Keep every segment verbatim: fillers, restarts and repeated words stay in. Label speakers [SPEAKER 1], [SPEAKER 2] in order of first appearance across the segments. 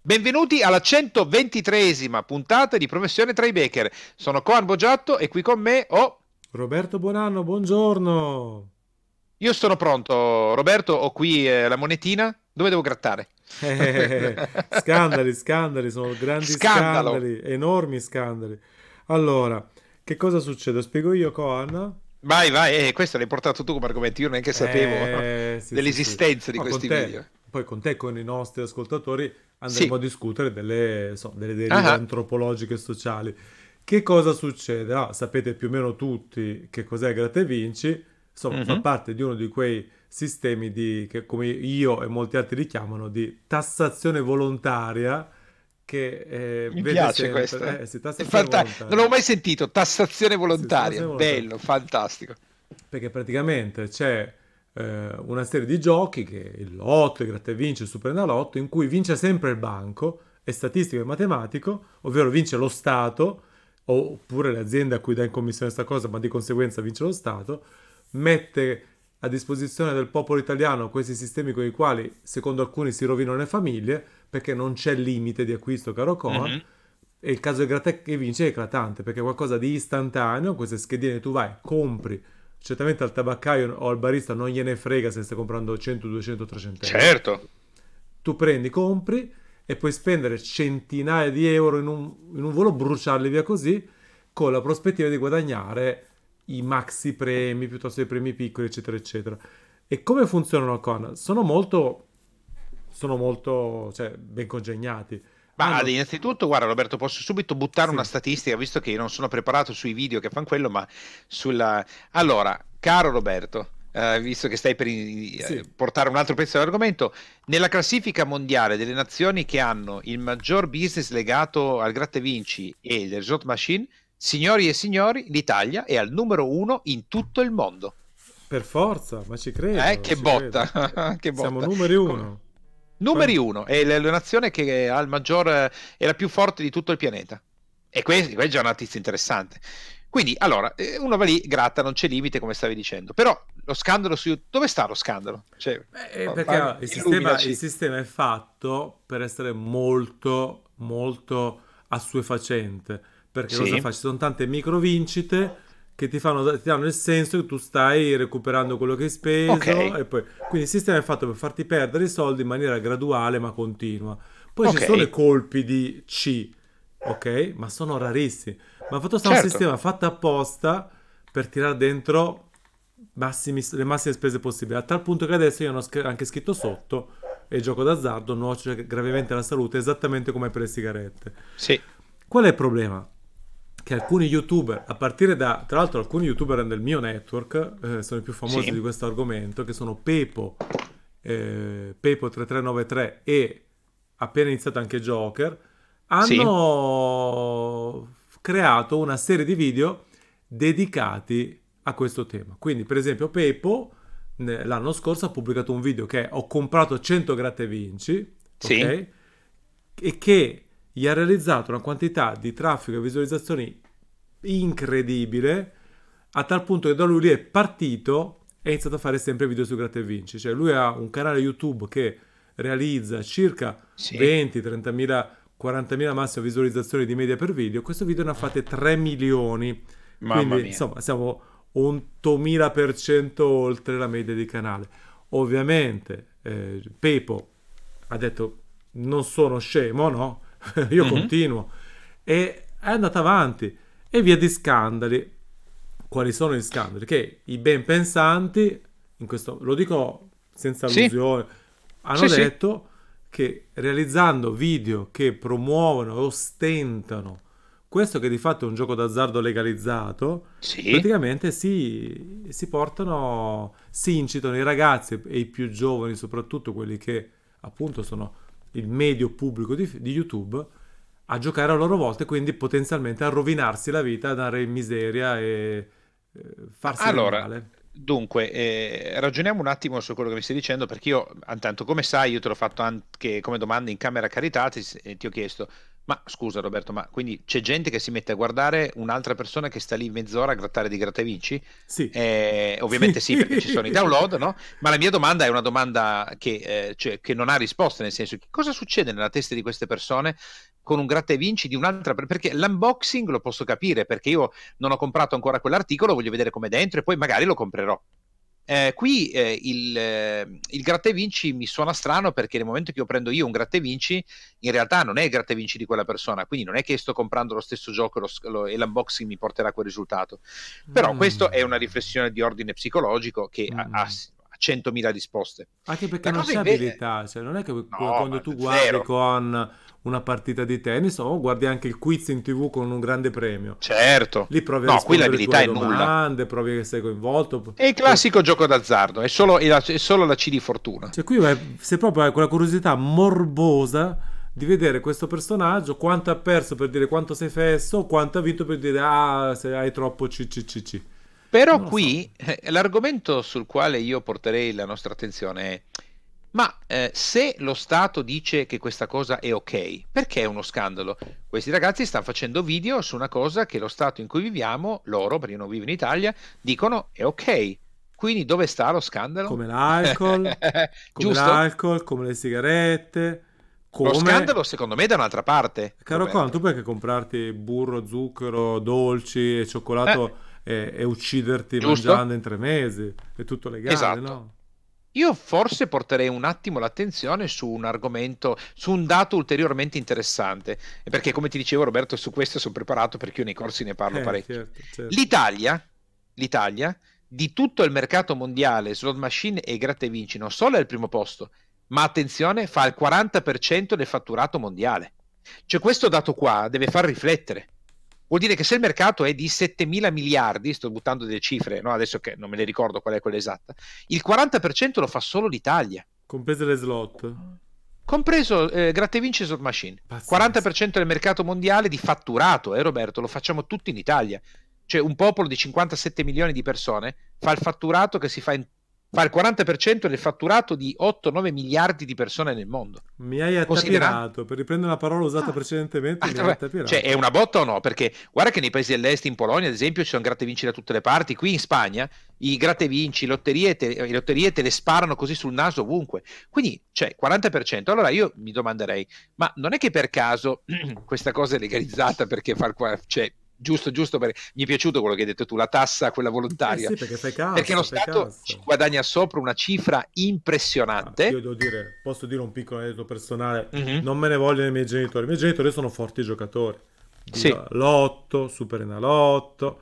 [SPEAKER 1] Benvenuti alla centoventitreesima puntata di Professione tra i Baker. Sono Coan Boggiatto e qui con me ho...
[SPEAKER 2] Roberto Buonanno, buongiorno.
[SPEAKER 1] Io sono pronto, Roberto, ho qui eh, la monetina. Dove devo grattare?
[SPEAKER 2] Eh, scandali, scandali, sono grandi
[SPEAKER 1] Scandalo!
[SPEAKER 2] scandali, enormi scandali. Allora, che cosa succede? Spiego io, Coan?
[SPEAKER 1] Vai, vai, eh, questo l'hai portato tu come argomento. Io neanche sapevo
[SPEAKER 2] Eh, sì, sì, sì.
[SPEAKER 1] dell'esistenza di
[SPEAKER 2] No, con
[SPEAKER 1] questi
[SPEAKER 2] te,
[SPEAKER 1] video.
[SPEAKER 2] poi con te e con i nostri ascoltatori andremo a
[SPEAKER 1] Sì.
[SPEAKER 2] discutere delle, insomma, delle derive
[SPEAKER 1] Ah,
[SPEAKER 2] antropologiche e sociali. Che cosa succede? Ah, sapete più o meno tutti che cos'è Gratta e Vinci. Insomma, fa
[SPEAKER 1] mhm.
[SPEAKER 2] parte di uno di quei sistemi di, che come io e molti altri li chiamano, di tassazione volontaria che eh,
[SPEAKER 1] Mi
[SPEAKER 2] vede
[SPEAKER 1] piace questo.
[SPEAKER 2] sempre... Eh sì,
[SPEAKER 1] È
[SPEAKER 2] tassazione
[SPEAKER 1] fanta- Non
[SPEAKER 2] volontaria.
[SPEAKER 1] l'avevo mai sentito. Tassazione
[SPEAKER 2] Sì,
[SPEAKER 1] volontaria.
[SPEAKER 2] tassazione volontaria.
[SPEAKER 1] Bello, fantastico.
[SPEAKER 2] Perché praticamente c'è eh, una serie di giochi che è il lotto, il gratta e vinci, il superenalotto, in cui vince sempre il banco, è statistico e matematico, ovvero vince lo Stato, oppure le aziende a cui dà in commissione questa cosa, ma di conseguenza vince lo Stato, mette a disposizione del popolo italiano questi sistemi con i quali, secondo alcuni, si rovinano le famiglie, perché non c'è limite di acquisto, caro Coan,
[SPEAKER 1] Mhm.
[SPEAKER 2] e il caso del gratta e vince è eclatante, perché è qualcosa di istantaneo, queste schedine tu vai, compri, certamente al tabaccaio o al barista non gliene frega se stai comprando cento, duecento, trecento euro.
[SPEAKER 1] Certo.
[SPEAKER 2] Tu prendi, compri e puoi spendere centinaia di euro in un, in un volo, bruciarli via così, con la prospettiva di guadagnare i maxi premi piuttosto che i premi piccoli, eccetera, eccetera. E come funzionano con? Sono molto, sono molto, cioè, ben congegnati.
[SPEAKER 1] Ma ad-
[SPEAKER 2] Hanno,
[SPEAKER 1] innanzitutto, guarda Roberto, posso subito buttare una
[SPEAKER 2] sì,
[SPEAKER 1] statistica, visto che io non sono preparato sui video che fanno quello, ma sulla... Allora, caro Roberto, eh, visto che stai per eh,
[SPEAKER 2] sì,
[SPEAKER 1] portare un altro pezzo dell'argomento, nella classifica mondiale delle nazioni che hanno il maggior business legato al gratta e vinci e del slot machine, signori e signori, l'Italia è al numero uno in tutto il mondo.
[SPEAKER 2] per forza, ma ci
[SPEAKER 1] Eh,
[SPEAKER 2] credo,
[SPEAKER 1] che
[SPEAKER 2] ci credo.
[SPEAKER 1] botta, che
[SPEAKER 2] Siamo
[SPEAKER 1] botta.
[SPEAKER 2] numeri
[SPEAKER 1] Come-
[SPEAKER 2] uno.
[SPEAKER 1] Numeri
[SPEAKER 2] Qua-
[SPEAKER 1] uno, è la la nazione che ha il maggior, è la più forte di tutto il pianeta. E questa questa è già una notizia interessante. Quindi, allora, eh, uno va lì, gratta, non c'è limite, come stavi dicendo. Però lo scandalo su YouTube, dove sta lo scandalo? Cioè,
[SPEAKER 2] Eh,
[SPEAKER 1] fa-
[SPEAKER 2] perché
[SPEAKER 1] fa-
[SPEAKER 2] ah, il sistema, il
[SPEAKER 1] illuminaci.
[SPEAKER 2] sistema è fatto per essere molto, molto assuefacente. Perché cosa
[SPEAKER 1] Sì,
[SPEAKER 2] fa? Ci sono tante micro vincite che ti fanno, ti danno il senso che tu stai recuperando quello che hai
[SPEAKER 1] ok,
[SPEAKER 2] speso e poi... Quindi il sistema è fatto per farti perdere i soldi in maniera graduale ma continua. Poi ci
[SPEAKER 1] ok,
[SPEAKER 2] sono i colpi di C, ok? Ma sono rarissimi. Ma fatto sta un
[SPEAKER 1] certo.
[SPEAKER 2] sistema fatto apposta per tirare dentro massimi- le massime spese possibili, a tal punto che adesso io hanno scr- anche scritto sotto e il gioco d'azzardo nuoce gravemente alla salute, esattamente come per le sigarette.
[SPEAKER 1] Sì,
[SPEAKER 2] Qual è il problema? Che alcuni youtuber, a partire da, tra l'altro alcuni youtuber del mio network, eh, sono i più famosi
[SPEAKER 1] sì,
[SPEAKER 2] di questo argomento, che sono Pepo, eh, Pepo tremilatrece novantatré e appena iniziato anche Joker,
[SPEAKER 1] sì,
[SPEAKER 2] hanno creato una serie di video dedicati a questo tema. Quindi, per esempio, Pepo ne- l'anno scorso ha pubblicato un video che è ho comprato cento gratta e vinci,
[SPEAKER 1] sì.
[SPEAKER 2] ok? E che gli ha realizzato una quantità di traffico e visualizzazioni incredibile, a tal punto che da lui lì è partito e ha iniziato a fare sempre video su gratta e vinci. Cioè, lui ha un canale YouTube che realizza circa
[SPEAKER 1] Sì,
[SPEAKER 2] venti, trentamila, quarantamila massimo visualizzazioni di media per video. Questo video ne ha fatte tre milioni.
[SPEAKER 1] mamma
[SPEAKER 2] Quindi,
[SPEAKER 1] mia.
[SPEAKER 2] insomma, siamo ottomila per cento oltre la media di canale. Ovviamente, eh, Pepo ha detto non sono scemo, no? Io
[SPEAKER 1] Mhm.
[SPEAKER 2] continuo. E è andata avanti. E via di scandali. Quali sono gli scandali? Che i ben pensanti, in questo, lo dico senza
[SPEAKER 1] Sì,
[SPEAKER 2] allusione, hanno
[SPEAKER 1] sì, sì,
[SPEAKER 2] detto che realizzando video che promuovono e ostentano questo che di fatto è un gioco d'azzardo legalizzato,
[SPEAKER 1] sì.
[SPEAKER 2] praticamente si, si portano, si incitano i ragazzi e i più giovani, soprattutto quelli che appunto sono il medio pubblico di, di YouTube, a giocare a loro volta e quindi potenzialmente a rovinarsi la vita, a dare in miseria e eh, farsi del
[SPEAKER 1] Allora,
[SPEAKER 2] male.
[SPEAKER 1] dunque, eh, ragioniamo un attimo su quello che mi stai dicendo, perché io, intanto, come sai, io te l'ho fatto anche come domanda in Camera Caritatisi e ti ho chiesto Ma scusa Roberto, ma quindi c'è gente che si mette a guardare un'altra persona che sta lì mezz'ora a grattare di gratta e vinci?
[SPEAKER 2] Sì,
[SPEAKER 1] Eh, ovviamente
[SPEAKER 2] sì.
[SPEAKER 1] sì, perché ci sono i download, no? Ma la mia domanda è una domanda che, eh, cioè, che non ha risposta, nel senso che cosa succede nella testa di queste persone con un gratta e vinci di un'altra? Perché l'unboxing lo posso capire, perché io non ho comprato ancora quell'articolo, voglio vedere com'è dentro e poi magari lo comprerò. Eh, qui eh, il, eh, il gratta e vinci mi suona strano perché nel momento che io prendo io un gratta e vinci, in realtà non è il gratta e vinci di quella persona, quindi non è che sto comprando lo stesso gioco lo, lo, e l'unboxing mi porterà a quel risultato. Però
[SPEAKER 2] Mm,
[SPEAKER 1] questa è una riflessione di ordine psicologico che ha, ha
[SPEAKER 2] mm.
[SPEAKER 1] centomila risposte.
[SPEAKER 2] Anche perché
[SPEAKER 1] La
[SPEAKER 2] non
[SPEAKER 1] cosa
[SPEAKER 2] c'è
[SPEAKER 1] invece...
[SPEAKER 2] abilità, cioè non è che qu-
[SPEAKER 1] No,
[SPEAKER 2] quando
[SPEAKER 1] ma
[SPEAKER 2] tu guardi
[SPEAKER 1] zero.
[SPEAKER 2] con una partita di tennis o guardi anche il quiz in T V con un grande premio.
[SPEAKER 1] Certo.
[SPEAKER 2] Lì provi a
[SPEAKER 1] No, qui
[SPEAKER 2] rispondere tu
[SPEAKER 1] l'abilità
[SPEAKER 2] alle
[SPEAKER 1] è nulla.
[SPEAKER 2] domande, provi che sei coinvolto.
[SPEAKER 1] È il
[SPEAKER 2] Poi,
[SPEAKER 1] classico gioco d'azzardo, è solo, è la- è solo la C D fortuna.
[SPEAKER 2] cioè qui vai- se proprio hai quella curiosità morbosa di vedere questo personaggio, quanto ha perso per dire quanto sei fesso, o quanto ha vinto per dire ah, se hai troppo C C C C.
[SPEAKER 1] Però
[SPEAKER 2] Non lo so.
[SPEAKER 1] qui eh, l'argomento sul quale io porterei la nostra attenzione è, ma eh, se lo Stato dice che questa cosa è ok, perché è uno scandalo? Questi ragazzi stanno facendo video su una cosa che lo Stato in cui viviamo, loro, perché io non vivo in Italia, dicono è ok. Quindi dove sta lo scandalo?
[SPEAKER 2] Come l'alcol, come
[SPEAKER 1] Giusto?
[SPEAKER 2] l'alcol, come le sigarette,
[SPEAKER 1] Lo
[SPEAKER 2] come...
[SPEAKER 1] scandalo secondo me è da un'altra parte,
[SPEAKER 2] Caro Con, tu
[SPEAKER 1] Roberto.
[SPEAKER 2] puoi anche comprarti burro, zucchero, dolci e
[SPEAKER 1] Eh,
[SPEAKER 2] cioccolato e, e ucciderti
[SPEAKER 1] giusto?
[SPEAKER 2] mangiando in tre mesi. È tutto legale,
[SPEAKER 1] Esatto.
[SPEAKER 2] no?
[SPEAKER 1] Io forse porterei un attimo l'attenzione su un argomento, su un dato ulteriormente interessante, e perché come ti dicevo Roberto, su questo sono preparato perché io nei corsi ne parlo
[SPEAKER 2] Eh,
[SPEAKER 1] parecchio.
[SPEAKER 2] certo, certo.
[SPEAKER 1] L'Italia, l'Italia, di tutto il mercato mondiale, slot machine e gratta e vinci, non solo è al primo posto, ma attenzione, fa il quaranta per cento del fatturato mondiale. Cioè questo dato qua deve far riflettere. Vuol dire che se il mercato è di settemila miliardi, sto buttando delle cifre, no? Adesso che non me le ricordo qual è quella esatta, il quaranta per cento lo fa solo l'Italia,
[SPEAKER 2] Comprese le slot.
[SPEAKER 1] compreso eh, Gratta e Vinci Slot Machine.
[SPEAKER 2] Pazzesco.
[SPEAKER 1] quaranta per cento del mercato mondiale di fatturato, eh Roberto, lo facciamo tutti in Italia. Cioè un popolo di cinquantasette milioni di persone fa il fatturato che si fa in... fa il quaranta per cento del fatturato di otto nove miliardi di persone nel mondo.
[SPEAKER 2] Mi hai
[SPEAKER 1] Considera...
[SPEAKER 2] attapirato. Per riprendere una parola usata
[SPEAKER 1] Ah.
[SPEAKER 2] precedentemente,
[SPEAKER 1] Ah,
[SPEAKER 2] mi hai
[SPEAKER 1] cioè, è
[SPEAKER 2] attapirato.
[SPEAKER 1] una botta o no? Perché guarda che nei paesi dell'est, in Polonia, ad esempio, ci sono gratta e vinci da tutte le parti. Qui in Spagna i gratta e vinci, lotterie, te, le lotterie te le sparano così sul naso ovunque. Quindi, cioè, quaranta per cento. Allora io mi domanderei, ma non è che per caso questa cosa è legalizzata perché far qua, cioè, giusto, giusto, per... mi è piaciuto quello che hai detto tu, la tassa, quella
[SPEAKER 2] Eh
[SPEAKER 1] volontaria,
[SPEAKER 2] sì, perché fai
[SPEAKER 1] perché lo
[SPEAKER 2] cassa, fai
[SPEAKER 1] Stato ci
[SPEAKER 2] cassa.
[SPEAKER 1] guadagna sopra una cifra
[SPEAKER 2] Ah, io
[SPEAKER 1] impressionante.
[SPEAKER 2] devo dire, posso dire un piccolo aneddoto personale,
[SPEAKER 1] Mhm.
[SPEAKER 2] non me ne vogliono i miei genitori. I miei genitori sono forti giocatori di
[SPEAKER 1] Sì,
[SPEAKER 2] lo- lotto, super enalotto,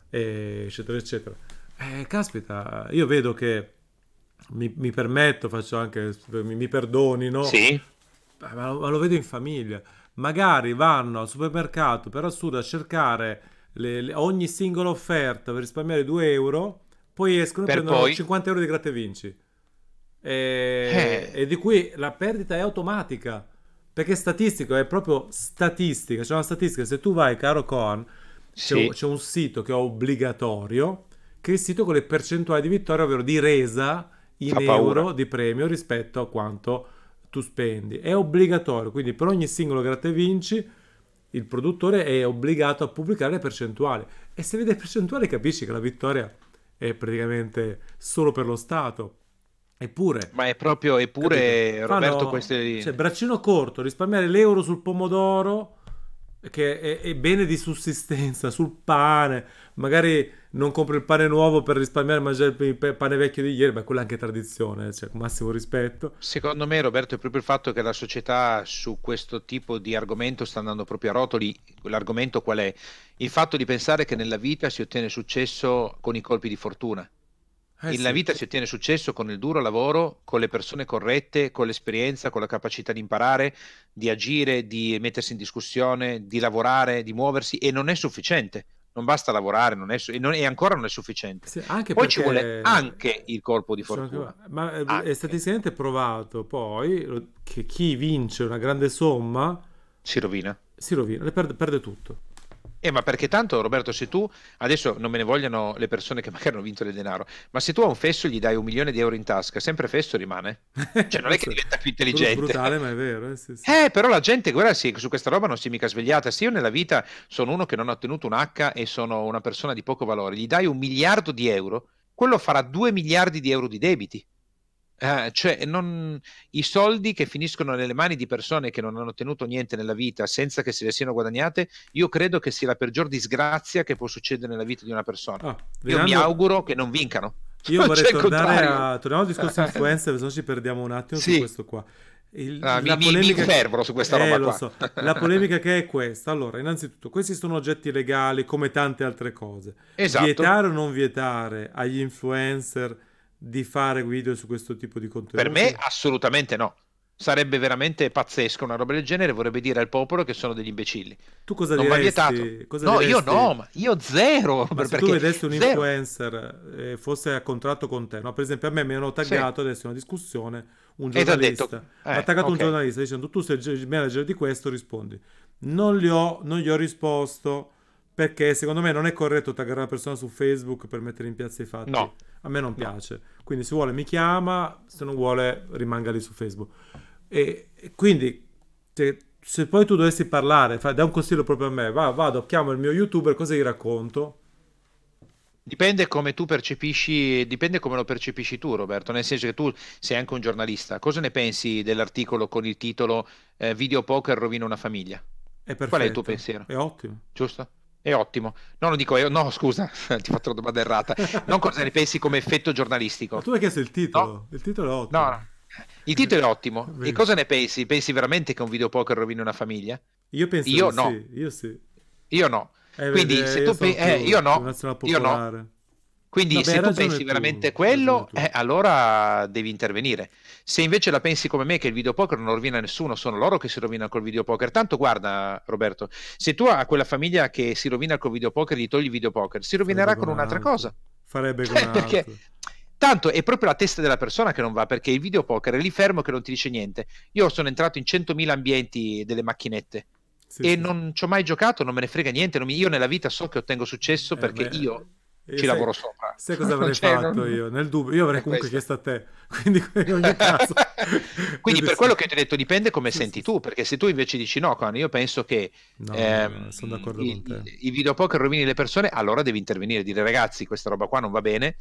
[SPEAKER 2] e eccetera, eccetera. Eh, caspita, io vedo che mi, mi permetto, faccio anche, mi, mi perdonino,
[SPEAKER 1] sì,
[SPEAKER 2] eh, ma, lo ma lo vedo in famiglia. Magari vanno al supermercato per assurdo a cercare le- le- ogni singola offerta per risparmiare due euro, poi escono e
[SPEAKER 1] per
[SPEAKER 2] prendono
[SPEAKER 1] poi...
[SPEAKER 2] cinquanta euro di gratta e vinci e,
[SPEAKER 1] Eh,
[SPEAKER 2] e di cui la perdita è automatica perché è statistico, è proprio statistica. C'è una statistica, se tu vai, caro Coan, c'è un,
[SPEAKER 1] sì,
[SPEAKER 2] c'è un sito che è obbligatorio, che è il sito con le percentuali di vittoria, ovvero di resa in
[SPEAKER 1] fa paura.
[SPEAKER 2] euro di premio rispetto a quanto tu spendi. È obbligatorio, quindi per ogni singolo gratta e vinci il produttore è obbligato a pubblicare le percentuali. E se vede le percentuali capisci che la vittoria è praticamente solo per lo Stato. Eppure,
[SPEAKER 1] Ma è proprio,
[SPEAKER 2] capito?
[SPEAKER 1] eppure, Roberto,
[SPEAKER 2] Fanno,
[SPEAKER 1] queste...
[SPEAKER 2] cioè, braccino corto, risparmiare l'euro sul pomodoro, che è, è bene di sussistenza, sul pane. Magari non compri il pane nuovo per risparmiare e mangiare il pe- pane vecchio di ieri, ma quella è anche tradizione, cioè, con massimo rispetto.
[SPEAKER 1] Secondo me, Roberto, è proprio il fatto che la società su questo tipo di argomento sta andando proprio a rotoli. L'argomento qual è? Il fatto di pensare che nella vita si ottiene successo con i colpi di fortuna.
[SPEAKER 2] Eh
[SPEAKER 1] Nella
[SPEAKER 2] sì,
[SPEAKER 1] vita si ottiene successo con il duro lavoro, con le persone corrette, con l'esperienza, con la capacità di imparare, di agire, di mettersi in discussione, di lavorare, di muoversi e non è sufficiente. Non basta lavorare, non è su- e, non- e ancora non è sufficiente.
[SPEAKER 2] sì, anche
[SPEAKER 1] Poi ci vuole
[SPEAKER 2] perché
[SPEAKER 1] anche il colpo di
[SPEAKER 2] ci sono
[SPEAKER 1] fortuna.
[SPEAKER 2] anche- ma è è
[SPEAKER 1] Anche.
[SPEAKER 2] statisticamente provato poi lo- che chi vince una grande somma
[SPEAKER 1] Si rovina.
[SPEAKER 2] si rovina, le perde, perde tutto.
[SPEAKER 1] Eh, ma perché tanto, Roberto, se tu adesso non me ne vogliono le persone che magari hanno vinto del denaro, ma se tu a un fesso gli dai un milione di euro in tasca, sempre fesso rimane. Cioè, non è che
[SPEAKER 2] Questo è
[SPEAKER 1] diventa più
[SPEAKER 2] bru-
[SPEAKER 1] intelligente.
[SPEAKER 2] brutale, ma è vero, eh, sì, sì.
[SPEAKER 1] Eh, però la gente, guarda, sì, su questa roba non si è mica svegliata. Se io nella vita sono uno che non ha ottenuto un H e sono una persona di poco valore, gli dai un miliardo di euro, quello farà due miliardi di euro di debiti. Eh, cioè, non- i soldi che finiscono nelle mani di persone che non hanno ottenuto niente nella vita senza che se le siano guadagnate, io credo che sia la peggior disgrazia che può succedere nella vita di una persona.
[SPEAKER 2] Ah,
[SPEAKER 1] Io mi
[SPEAKER 2] venendo,
[SPEAKER 1] auguro che non vincano,
[SPEAKER 2] io vorrei
[SPEAKER 1] cioè il
[SPEAKER 2] tornare
[SPEAKER 1] contrario.
[SPEAKER 2] a... Torniamo al discorso influencer, se no ci perdiamo un attimo su
[SPEAKER 1] Sì,
[SPEAKER 2] questo qua.
[SPEAKER 1] ah,
[SPEAKER 2] Il-
[SPEAKER 1] mi,
[SPEAKER 2] la
[SPEAKER 1] mi, mi
[SPEAKER 2] polemica...
[SPEAKER 1] infervoro su questa
[SPEAKER 2] Eh,
[SPEAKER 1] roba
[SPEAKER 2] lo
[SPEAKER 1] qua.
[SPEAKER 2] so. La polemica che è questa. Allora, innanzitutto, questi sono oggetti legali come tante altre cose.
[SPEAKER 1] Esatto.
[SPEAKER 2] Vietare o non vietare agli influencer di fare video su questo tipo di
[SPEAKER 1] Per me
[SPEAKER 2] contenuti?
[SPEAKER 1] assolutamente no. Sarebbe veramente pazzesco una roba del genere, vorrebbe dire al popolo che sono degli imbecilli.
[SPEAKER 2] Tu cosa
[SPEAKER 1] Non va vietato.
[SPEAKER 2] diresti? Cosa
[SPEAKER 1] No, io
[SPEAKER 2] diresti?
[SPEAKER 1] no, ma io zero,
[SPEAKER 2] Ma se tu
[SPEAKER 1] perché
[SPEAKER 2] vedessi un
[SPEAKER 1] zero.
[SPEAKER 2] influencer eh, fosse a contratto con te, no? Per esempio, a me mi hanno
[SPEAKER 1] Sì.
[SPEAKER 2] taggato adesso in una discussione un
[SPEAKER 1] E ti ha detto,
[SPEAKER 2] giornalista. Mi ha
[SPEAKER 1] eh,
[SPEAKER 2] taggato un
[SPEAKER 1] ok,
[SPEAKER 2] giornalista dicendo: Tu sei il manager di questo, rispondi. Non gli ho, non gli ho risposto perché secondo me non è corretto taggare una persona su Facebook per mettere in piazza i fatti.
[SPEAKER 1] no,
[SPEAKER 2] A me non
[SPEAKER 1] no.
[SPEAKER 2] piace. Quindi, se vuole, mi chiama, se non vuole, rimanga lì su Facebook. E, e quindi, se, se poi tu dovessi parlare, fai, dai un consiglio proprio a me, va, vado, chiamo il mio YouTuber, cosa gli racconto?
[SPEAKER 1] Dipende come tu percepisci, dipende come lo percepisci tu, Roberto, nel senso che tu sei anche un giornalista. Cosa ne pensi dell'articolo con il titolo eh, Video poker rovina una famiglia?
[SPEAKER 2] È
[SPEAKER 1] Qual è il tuo
[SPEAKER 2] perfetto,
[SPEAKER 1] pensiero?
[SPEAKER 2] è ottimo.
[SPEAKER 1] Giusto? È ottimo. No, non dico io, no, scusa, ti ho fatto una domanda errata. Non cosa ne pensi come effetto
[SPEAKER 2] Ma
[SPEAKER 1] giornalistico?
[SPEAKER 2] tu hai chiesto il
[SPEAKER 1] No?
[SPEAKER 2] titolo, il titolo è
[SPEAKER 1] No,
[SPEAKER 2] ottimo.
[SPEAKER 1] no. Il titolo è ottimo. E cosa
[SPEAKER 2] Benissimo.
[SPEAKER 1] ne pensi? Pensi veramente che un videopoker rovini una famiglia?
[SPEAKER 2] Io penso
[SPEAKER 1] Io
[SPEAKER 2] di
[SPEAKER 1] no,
[SPEAKER 2] sì, io sì.
[SPEAKER 1] io no.
[SPEAKER 2] Eh, vedi,
[SPEAKER 1] Quindi
[SPEAKER 2] eh,
[SPEAKER 1] se
[SPEAKER 2] io
[SPEAKER 1] tu
[SPEAKER 2] sono
[SPEAKER 1] pensi, eh,
[SPEAKER 2] più,
[SPEAKER 1] io
[SPEAKER 2] più
[SPEAKER 1] no,
[SPEAKER 2] nazionale
[SPEAKER 1] io no.
[SPEAKER 2] popolare.
[SPEAKER 1] Quindi
[SPEAKER 2] Vabbè, hai
[SPEAKER 1] se tu
[SPEAKER 2] ragione
[SPEAKER 1] pensi
[SPEAKER 2] tu,
[SPEAKER 1] veramente
[SPEAKER 2] hai ragione
[SPEAKER 1] quello,
[SPEAKER 2] tu.
[SPEAKER 1] eh, allora devi intervenire. Se invece la pensi come me, che il videopoker non rovina nessuno, sono loro che si rovinano col videopoker. Tanto guarda, Roberto, se tu a quella famiglia che si rovina col videopoker gli togli il videopoker, si
[SPEAKER 2] Farebbe
[SPEAKER 1] rovinerà
[SPEAKER 2] con
[SPEAKER 1] con un'altra cosa.
[SPEAKER 2] altro. Farebbe con
[SPEAKER 1] Cioè, perché
[SPEAKER 2] altro.
[SPEAKER 1] tanto è proprio la testa della persona che non va, perché il videopoker è lì fermo che non ti dice niente. Io sono entrato in centomila ambienti delle macchinette
[SPEAKER 2] Sì,
[SPEAKER 1] e
[SPEAKER 2] sì, sì.
[SPEAKER 1] non ci ho mai giocato, non me ne frega niente. non mi- io nella vita so che ottengo successo
[SPEAKER 2] Eh,
[SPEAKER 1] perché
[SPEAKER 2] beh,
[SPEAKER 1] io
[SPEAKER 2] io
[SPEAKER 1] ci
[SPEAKER 2] sai,
[SPEAKER 1] lavoro sopra.
[SPEAKER 2] sai cosa avrei
[SPEAKER 1] Cioè,
[SPEAKER 2] fatto
[SPEAKER 1] non-
[SPEAKER 2] io? Nel dubbio, io avrei
[SPEAKER 1] È
[SPEAKER 2] comunque
[SPEAKER 1] questo.
[SPEAKER 2] chiesto a te, quindi in ogni caso.
[SPEAKER 1] Quindi
[SPEAKER 2] Quindi
[SPEAKER 1] per
[SPEAKER 2] sì.
[SPEAKER 1] quello che ti ho detto dipende come
[SPEAKER 2] Sì, sì,
[SPEAKER 1] senti
[SPEAKER 2] sì.
[SPEAKER 1] tu, perché se tu invece dici no, Con, io penso che
[SPEAKER 2] No, no,
[SPEAKER 1] ehm,
[SPEAKER 2] no, sono d'accordo con
[SPEAKER 1] i,
[SPEAKER 2] te.
[SPEAKER 1] i- i videopoker rovini le persone, allora devi intervenire, dire ragazzi questa roba qua non va bene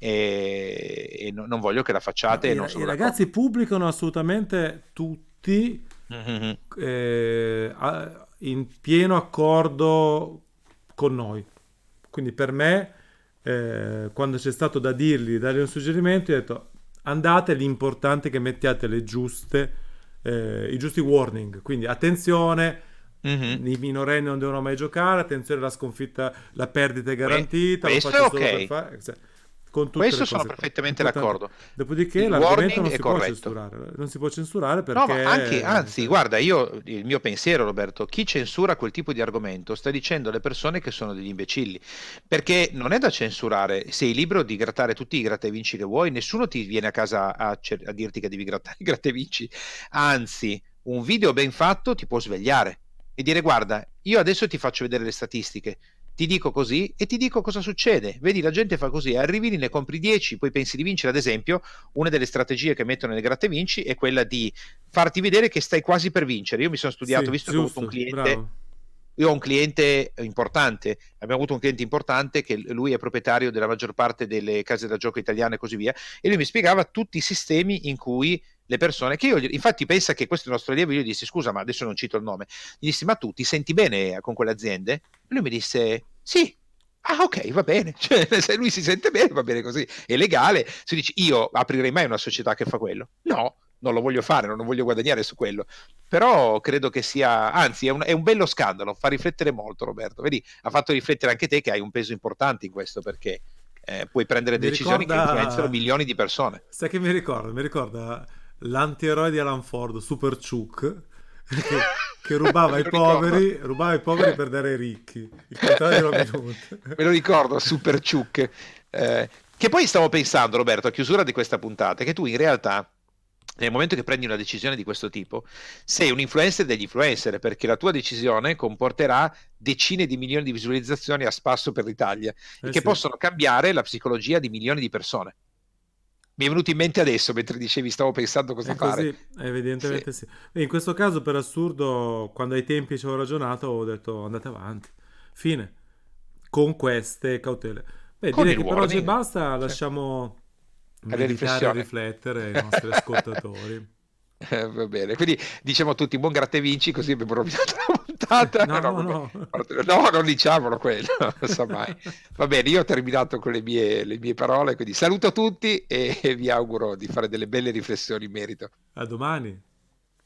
[SPEAKER 1] e, e no- non voglio che la
[SPEAKER 2] No,
[SPEAKER 1] facciate e
[SPEAKER 2] i,
[SPEAKER 1] non
[SPEAKER 2] ra- i
[SPEAKER 1] sono
[SPEAKER 2] ragazzi
[SPEAKER 1] d'accordo.
[SPEAKER 2] pubblicano assolutamente tutti
[SPEAKER 1] Mhm.
[SPEAKER 2] eh, a- in pieno accordo con noi. Quindi per me, eh, quando c'è stato da dirgli, dargli un suggerimento, io ho detto andate, l'importante è che mettiate le giuste, eh, i giusti warning. Quindi attenzione,
[SPEAKER 1] Mhm.
[SPEAKER 2] i minorenni non devono mai giocare, attenzione, la sconfitta, la perdita è
[SPEAKER 1] Que-
[SPEAKER 2] garantita, lo
[SPEAKER 1] questo è
[SPEAKER 2] faccio solo per
[SPEAKER 1] ok,
[SPEAKER 2] fare... cioè, con tutte le
[SPEAKER 1] questo sono
[SPEAKER 2] cose qua.
[SPEAKER 1] perfettamente
[SPEAKER 2] Importante.
[SPEAKER 1] d'accordo.
[SPEAKER 2] Dopodiché
[SPEAKER 1] Il
[SPEAKER 2] l'argomento
[SPEAKER 1] warning
[SPEAKER 2] non
[SPEAKER 1] è
[SPEAKER 2] si può
[SPEAKER 1] corretto.
[SPEAKER 2] censurare, non si può censurare
[SPEAKER 1] No, ma anche,
[SPEAKER 2] perché...
[SPEAKER 1] anzi,
[SPEAKER 2] cioè,
[SPEAKER 1] guarda, io il mio pensiero, Roberto, chi censura quel tipo di argomento sta dicendo alle persone che sono degli imbecilli, perché non è da censurare, sei libero di grattare tutti i gratta e vinci che vuoi, nessuno ti viene a casa a, cer- a dirti che devi grattare i gratta e vinci, anzi, un video ben fatto ti può svegliare e dire guarda, io adesso ti faccio vedere le statistiche, ti dico così e ti dico cosa succede, vedi la gente fa così, arrivi lì, ne compri dieci, poi pensi di vincere, ad esempio, una delle strategie che mettono nel gratta e vinci è quella di farti vedere che stai quasi per vincere. Io mi sono studiato,
[SPEAKER 2] sì,
[SPEAKER 1] visto che ho avuto un
[SPEAKER 2] giusto,
[SPEAKER 1] cliente,
[SPEAKER 2] bravo.
[SPEAKER 1] io ho un cliente importante, abbiamo avuto un cliente importante che lui è proprietario della maggior parte delle case da gioco italiane e così via, e lui mi spiegava tutti i sistemi in cui le persone, che io, infatti pensa che questo è il nostro allievo, io gli dissi scusa ma adesso non cito il nome, gli dissi ma tu ti senti bene con quelle aziende? E lui mi disse sì. Ah, ok, va bene. Cioè, se lui si sente bene, va bene così. È legale. Se dici io aprirei mai una società che fa quello? No, non lo voglio fare, non voglio guadagnare su quello. Però credo che sia, anzi, è un, è un bello scandalo, fa riflettere molto, Roberto. Vedi, ha fatto riflettere anche te che hai un peso importante in questo perché eh, puoi prendere
[SPEAKER 2] Mi
[SPEAKER 1] decisioni che influenzano
[SPEAKER 2] ricorda...
[SPEAKER 1] milioni di persone.
[SPEAKER 2] Sai che mi ricorda? Mi ricorda l'antieroe di Alan Ford, Super Chuck, che, che rubava
[SPEAKER 1] Me
[SPEAKER 2] ai
[SPEAKER 1] lo ricordo.
[SPEAKER 2] poveri, rubava ai poveri per dare ai ricchi. Il contrario di Robin Hood.
[SPEAKER 1] Me lo ricordo, Super Ciuc. Eh, che poi stavo pensando, Roberto, a chiusura di questa puntata, che tu in realtà nel momento che prendi una decisione di questo tipo, sei un influencer degli influencer, perché la tua decisione comporterà decine di milioni di visualizzazioni a spasso per l'Italia, e
[SPEAKER 2] Eh
[SPEAKER 1] che
[SPEAKER 2] sì,
[SPEAKER 1] possono cambiare la psicologia di milioni di persone. Mi è venuto in mente adesso, mentre dicevi stavo pensando cosa
[SPEAKER 2] è
[SPEAKER 1] fare.
[SPEAKER 2] così,
[SPEAKER 1] Sì.
[SPEAKER 2] evidentemente sì. E in questo caso, per assurdo, quando ai tempi ci ho ragionato, ho detto andate avanti. Fine. Con queste cautele. Beh,
[SPEAKER 1] Con
[SPEAKER 2] direi
[SPEAKER 1] il
[SPEAKER 2] che per oggi
[SPEAKER 1] warning.
[SPEAKER 2] basta,
[SPEAKER 1] Sì.
[SPEAKER 2] lasciamo
[SPEAKER 1] Alle
[SPEAKER 2] meditare e
[SPEAKER 1] riflessioni.
[SPEAKER 2] riflettere i nostri ascoltatori.
[SPEAKER 1] Eh, va bene, quindi diciamo a tutti buon gratta e vinci, così abbiamo rovinato la puntata.
[SPEAKER 2] No,
[SPEAKER 1] No,
[SPEAKER 2] no,
[SPEAKER 1] vabbè.
[SPEAKER 2] no.
[SPEAKER 1] No, non diciamolo quello, non sa mai. Va bene, io ho terminato con le mie, le mie parole, quindi saluto tutti e vi auguro di fare delle belle riflessioni in merito.
[SPEAKER 2] A domani.